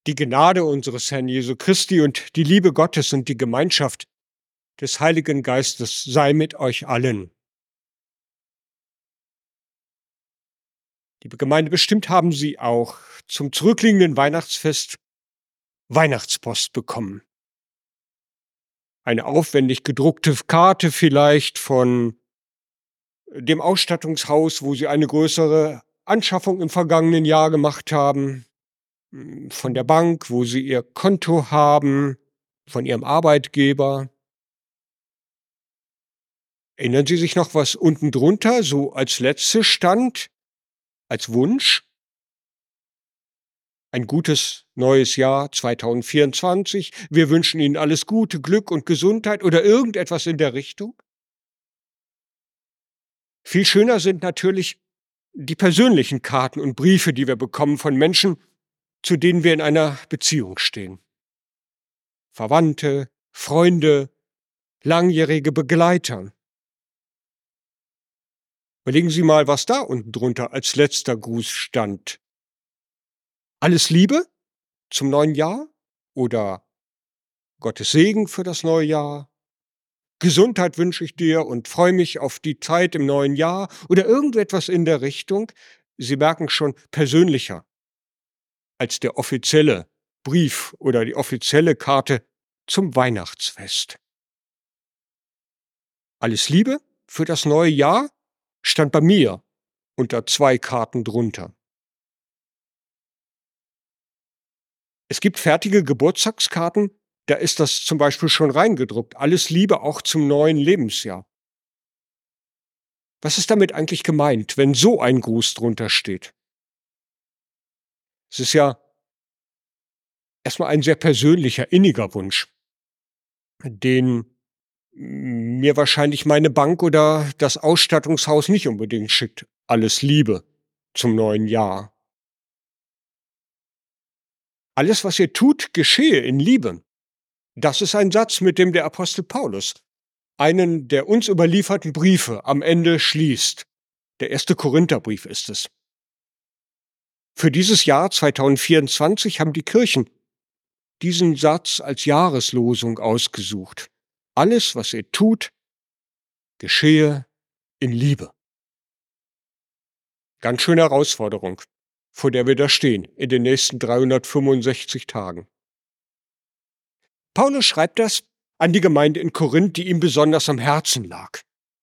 Die Gnade unseres Herrn Jesu Christi und die Liebe Gottes und die Gemeinschaft des Heiligen Geistes sei mit euch allen. Liebe Gemeinde, bestimmt haben Sie auch zum zurückliegenden Weihnachtsfest Weihnachtspost bekommen. Eine aufwendig gedruckte Karte vielleicht von dem Ausstattungshaus, wo Sie eine größere Anschaffung im vergangenen Jahr gemacht haben, von der Bank, wo Sie Ihr Konto haben, von Ihrem Arbeitgeber. Erinnern Sie sich noch, was unten drunter so als Letztes stand, als Wunsch? Ein gutes neues Jahr 2024. Wir wünschen Ihnen alles Gute, Glück und Gesundheit oder irgendetwas in der Richtung? Viel schöner sind natürlich die persönlichen Karten und Briefe, die wir bekommen von Menschen, zu denen wir in einer Beziehung stehen. Verwandte, Freunde, langjährige Begleiter. Überlegen Sie mal, was da unten drunter als letzter Gruß stand. Alles Liebe zum neuen Jahr oder Gottes Segen für das neue Jahr. Gesundheit wünsche ich dir und freue mich auf die Zeit im neuen Jahr oder irgendetwas in der Richtung. Sie merken schon, persönlicher als der offizielle Brief oder die offizielle Karte zum Weihnachtsfest. Alles Liebe für das neue Jahr stand bei mir unter 2 Karten drunter. Es gibt fertige Geburtstagskarten, da ist das zum Beispiel schon reingedruckt. Alles Liebe auch zum neuen Lebensjahr. Was ist damit eigentlich gemeint, wenn so ein Gruß drunter steht? Es ist ja erstmal ein sehr persönlicher, inniger Wunsch, den mir wahrscheinlich meine Bank oder das Ausstattungshaus nicht unbedingt schickt. Alles Liebe zum neuen Jahr. Alles, was ihr tut, geschehe in Liebe. Das ist ein Satz, mit dem der Apostel Paulus einen der uns überlieferten Briefe am Ende schließt. Der erste Korintherbrief ist es. Für dieses Jahr 2024 haben die Kirchen diesen Satz als Jahreslosung ausgesucht. Alles, was ihr tut, geschehe in Liebe. Ganz schöne Herausforderung, vor der wir da stehen in den nächsten 365 Tagen. Paulus schreibt das an die Gemeinde in Korinth, die ihm besonders am Herzen lag.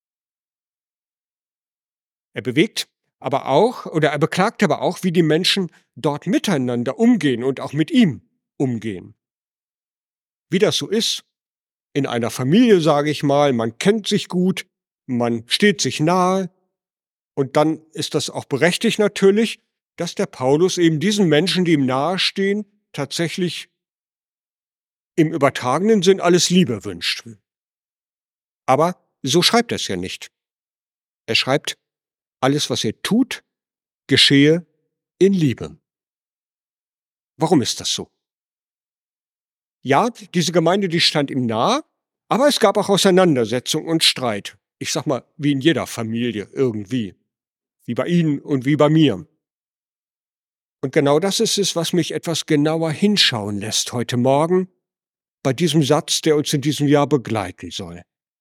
Er beklagt aber auch, wie die Menschen dort miteinander umgehen und auch mit ihm umgehen. Wie das so ist, in einer Familie, sage ich mal, man kennt sich gut, man steht sich nahe und dann ist das auch berechtigt natürlich, dass der Paulus eben diesen Menschen, die ihm nahestehen, tatsächlich im übertragenen Sinn alles Liebe wünscht. Aber so schreibt er es ja nicht. Er schreibt, alles, was ihr tut, geschehe in Liebe. Warum ist das so? Ja, diese Gemeinde, die stand ihm nahe, aber es gab auch Auseinandersetzung und Streit. Ich sag mal, wie in jeder Familie irgendwie. Wie bei Ihnen und wie bei mir. Und genau das ist es, was mich etwas genauer hinschauen lässt heute Morgen bei diesem Satz, der uns in diesem Jahr begleiten soll.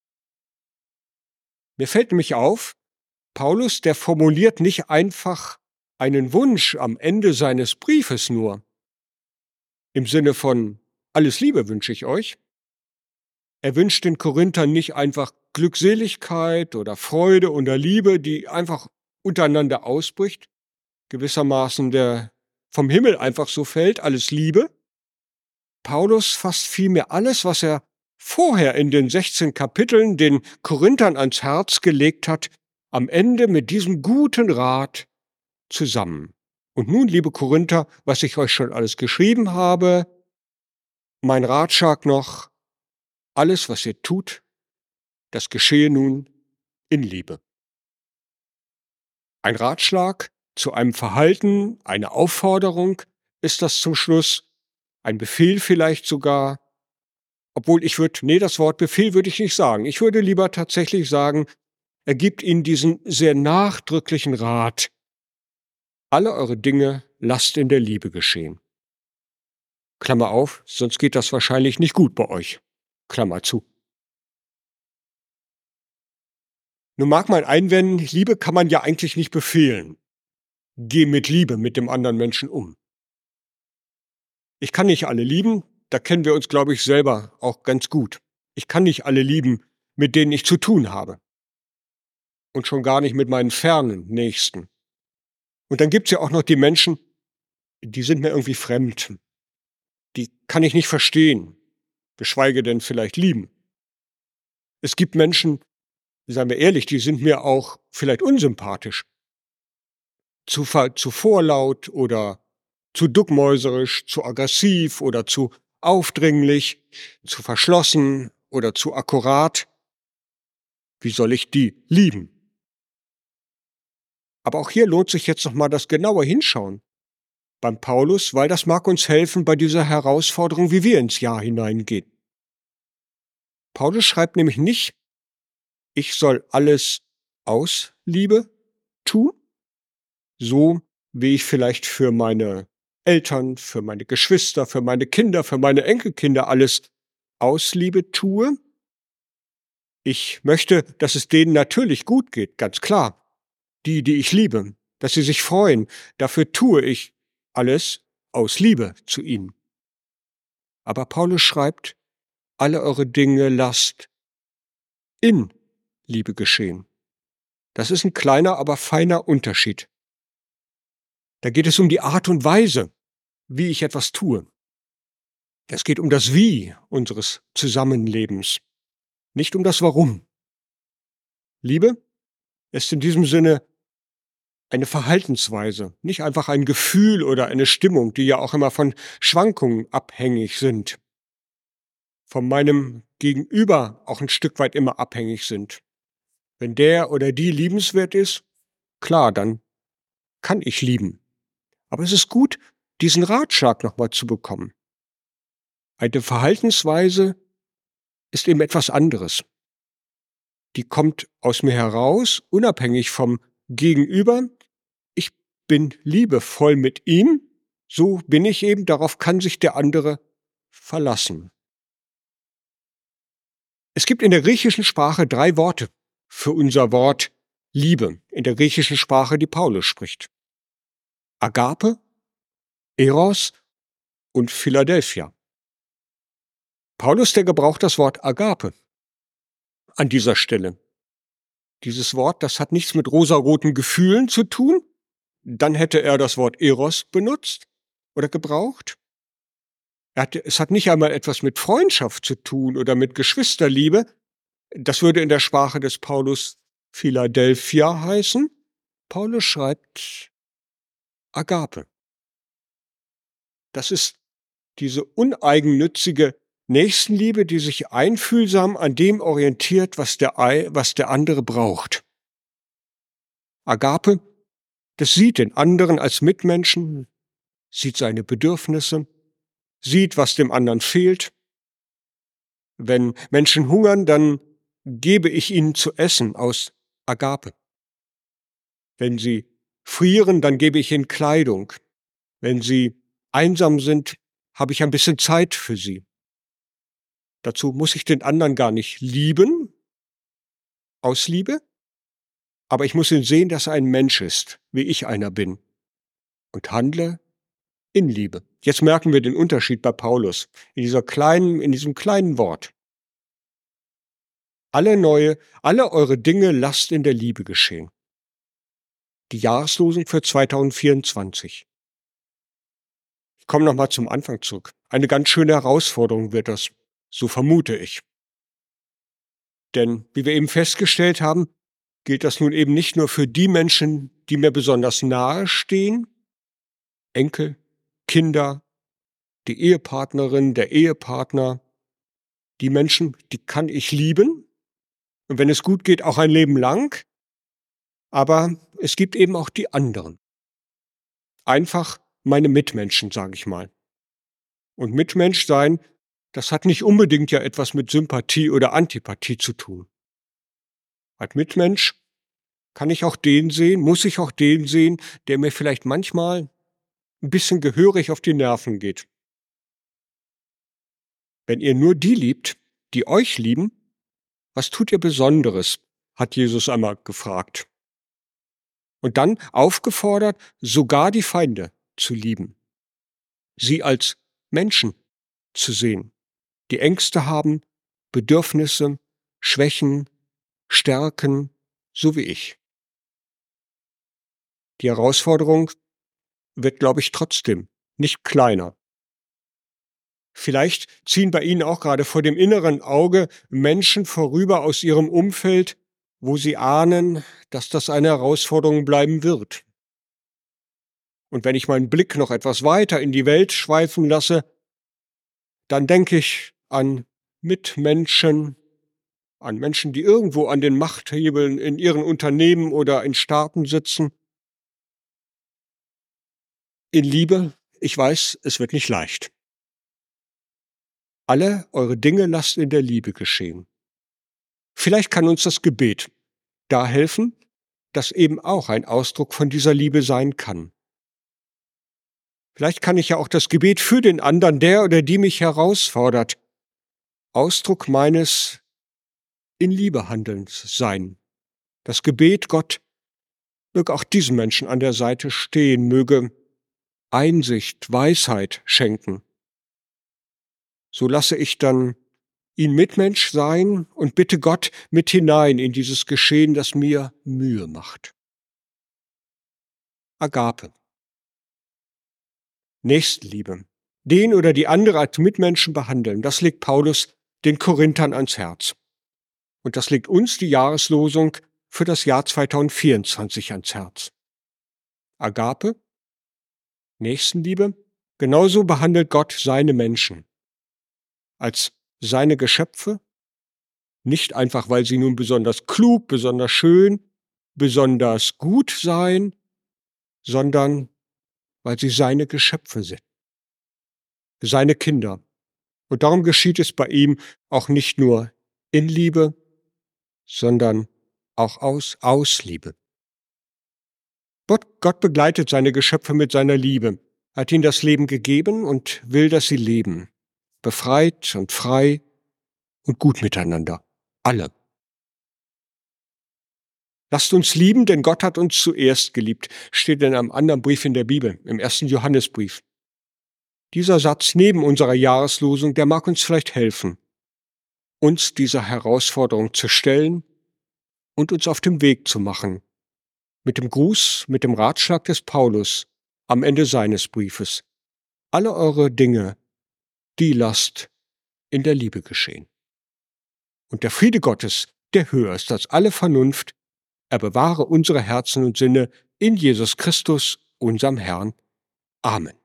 Mir fällt nämlich auf, Paulus, der formuliert nicht einfach einen Wunsch am Ende seines Briefes nur, im Sinne von alles Liebe wünsche ich euch. Er wünscht den Korinthern nicht einfach Glückseligkeit oder Freude oder Liebe, die einfach untereinander ausbricht, gewissermaßen der vom Himmel einfach so fällt, alles Liebe. Paulus fasst vielmehr alles, was er vorher in den 16 Kapiteln den Korinthern ans Herz gelegt hat, am Ende mit diesem guten Rat zusammen. Und nun, liebe Korinther, was ich euch schon alles geschrieben habe, mein Ratschlag noch, alles, was ihr tut, das geschehe nun in Liebe. Ein Ratschlag zu einem Verhalten, eine Aufforderung ist das zum Schluss, ein Befehl vielleicht sogar, obwohl das Wort Befehl würde ich nicht sagen. Ich würde lieber tatsächlich sagen, er gibt ihnen diesen sehr nachdrücklichen Rat. Alle eure Dinge lasst in der Liebe geschehen. Klammer auf, sonst geht das wahrscheinlich nicht gut bei euch. Klammer zu. Nun mag man einwenden, Liebe kann man ja eigentlich nicht befehlen. Geh mit Liebe mit dem anderen Menschen um. Ich kann nicht alle lieben, da kennen wir uns, glaube ich, selber auch ganz gut. Ich kann nicht alle lieben, mit denen ich zu tun habe. Und schon gar nicht mit meinen fernen Nächsten. Und dann gibt's ja auch noch die Menschen, die sind mir irgendwie fremd. Die kann ich nicht verstehen, geschweige denn vielleicht lieben. Es gibt Menschen, seien wir ehrlich, die sind mir auch vielleicht unsympathisch. Zu vorlaut oder zu duckmäuserisch, zu aggressiv oder zu aufdringlich, zu verschlossen oder zu akkurat. Wie soll ich die lieben? Aber auch hier lohnt sich jetzt noch mal das genaue Hinschauen beim Paulus, weil das mag uns helfen bei dieser Herausforderung, wie wir ins Jahr hineingehen. Paulus schreibt nämlich nicht, ich soll alles aus Liebe tun, so wie ich vielleicht für meine Eltern, für meine Geschwister, für meine Kinder, für meine Enkelkinder alles aus Liebe tue. Ich möchte, dass es denen natürlich gut geht, ganz klar. Die ich liebe, dass sie sich freuen, dafür tue ich alles aus Liebe zu ihnen. Aber Paulus schreibt, alle eure Dinge lasst in Liebe geschehen. Das ist ein kleiner, aber feiner Unterschied. Da geht es um die Art und Weise, wie ich etwas tue. Es geht um das Wie unseres Zusammenlebens, nicht um das Warum. Liebe ist in diesem Sinne eine Verhaltensweise, nicht einfach ein Gefühl oder eine Stimmung, die ja auch immer von Schwankungen abhängig sind, von meinem Gegenüber auch ein Stück weit immer abhängig sind. Wenn der oder die liebenswert ist, klar, dann kann ich lieben. Aber es ist gut, diesen Ratschlag nochmal zu bekommen. Eine Verhaltensweise ist eben etwas anderes. Die kommt aus mir heraus, unabhängig vom Gegenüber. Ich bin liebevoll mit ihm, so bin ich eben, darauf kann sich der andere verlassen. Es gibt in der griechischen Sprache 3 Worte für unser Wort Liebe, in der griechischen Sprache, die Paulus spricht. Agape, Eros und Philadelphia. Paulus, der gebraucht das Wort Agape an dieser Stelle. Dieses Wort, das hat nichts mit rosaroten Gefühlen zu tun. Dann hätte er das Wort Eros benutzt oder gebraucht. Es hat nicht einmal etwas mit Freundschaft zu tun oder mit Geschwisterliebe. Das würde in der Sprache des Paulus Philadelphia heißen. Paulus schreibt Agape. Das ist diese uneigennützige Nächstenliebe, die sich einfühlsam an dem orientiert, was der andere braucht. Agape, das sieht den anderen als Mitmenschen, sieht seine Bedürfnisse, sieht, was dem anderen fehlt. Wenn Menschen hungern, dann gebe ich ihnen zu essen aus Agape. Wenn sie frieren, dann gebe ich ihnen Kleidung. Wenn sie einsam sind, habe ich ein bisschen Zeit für sie. Dazu muss ich den anderen gar nicht lieben, aus Liebe, aber ich muss ihn sehen, dass er ein Mensch ist, wie ich einer bin, und handle in Liebe. Jetzt merken wir den Unterschied bei Paulus in diesem kleinen Wort. Alle eure Dinge lasst in der Liebe geschehen. Die Jahreslosung für 2024. Ich komme nochmal zum Anfang zurück. Eine ganz schöne Herausforderung wird das, so vermute ich. Denn, wie wir eben festgestellt haben, gilt das nun eben nicht nur für die Menschen, die mir besonders nahe stehen, Enkel, Kinder, die Ehepartnerin, der Ehepartner, die Menschen, die kann ich lieben, und wenn es gut geht, auch ein Leben lang, aber es gibt eben auch die anderen. Einfach meine Mitmenschen, sage ich mal. Und Mitmensch sein, das hat nicht unbedingt ja etwas mit Sympathie oder Antipathie zu tun. Als Mitmensch kann ich auch den sehen, muss ich auch den sehen, der mir vielleicht manchmal ein bisschen gehörig auf die Nerven geht. Wenn ihr nur die liebt, die euch lieben, was tut ihr Besonderes? Hat Jesus einmal gefragt. Und dann aufgefordert, sogar die Feinde zu lieben. Sie als Menschen zu sehen, die Ängste haben, Bedürfnisse, Schwächen, Stärken, so wie ich. Die Herausforderung wird, glaube ich, trotzdem nicht kleiner. Vielleicht ziehen bei Ihnen auch gerade vor dem inneren Auge Menschen vorüber aus Ihrem Umfeld, wo Sie ahnen, dass das eine Herausforderung bleiben wird. Und wenn ich meinen Blick noch etwas weiter in die Welt schweifen lasse, dann denke ich an Mitmenschen, an Menschen, die irgendwo an den Machthebeln in ihren Unternehmen oder in Staaten sitzen. In Liebe, ich weiß, es wird nicht leicht. Alle eure Dinge lasst in der Liebe geschehen. Vielleicht kann uns das Gebet da helfen, das eben auch ein Ausdruck von dieser Liebe sein kann. Vielleicht kann ich ja auch das Gebet für den anderen, der oder die mich herausfordert, Ausdruck meines in Liebe Handelns sein. Das Gebet, Gott, möge auch diesem Menschen an der Seite stehen, möge Einsicht, Weisheit schenken. So lasse ich dann ihn Mitmensch sein und bitte Gott mit hinein in dieses Geschehen, das mir Mühe macht. Agape. Nächstenliebe. Den oder die andere als Mitmenschen behandeln, das legt Paulus den Korinthern ans Herz. Und das legt uns die Jahreslosung für das Jahr 2024 ans Herz. Agape, Nächstenliebe, genauso behandelt Gott seine Menschen. Als seine Geschöpfe, nicht einfach, weil sie nun besonders klug, besonders schön, besonders gut seien, sondern weil sie seine Geschöpfe sind, seine Kinder. Und darum geschieht es bei ihm auch nicht nur in Liebe, sondern auch aus Liebe. Gott begleitet seine Geschöpfe mit seiner Liebe, hat ihnen das Leben gegeben und will, dass sie leben, befreit und frei und gut miteinander, alle. Lasst uns lieben, denn Gott hat uns zuerst geliebt, steht in einem anderen Brief in der Bibel, im 1. Johannesbrief. Dieser Satz neben unserer Jahreslosung, der mag uns vielleicht helfen, uns dieser Herausforderung zu stellen und uns auf dem Weg zu machen, mit dem Gruß, mit dem Ratschlag des Paulus am Ende seines Briefes. Alle eure Dinge, die lasst in der Liebe geschehen. Und der Friede Gottes, der höher ist als alle Vernunft, er bewahre unsere Herzen und Sinne in Jesus Christus, unserem Herrn. Amen.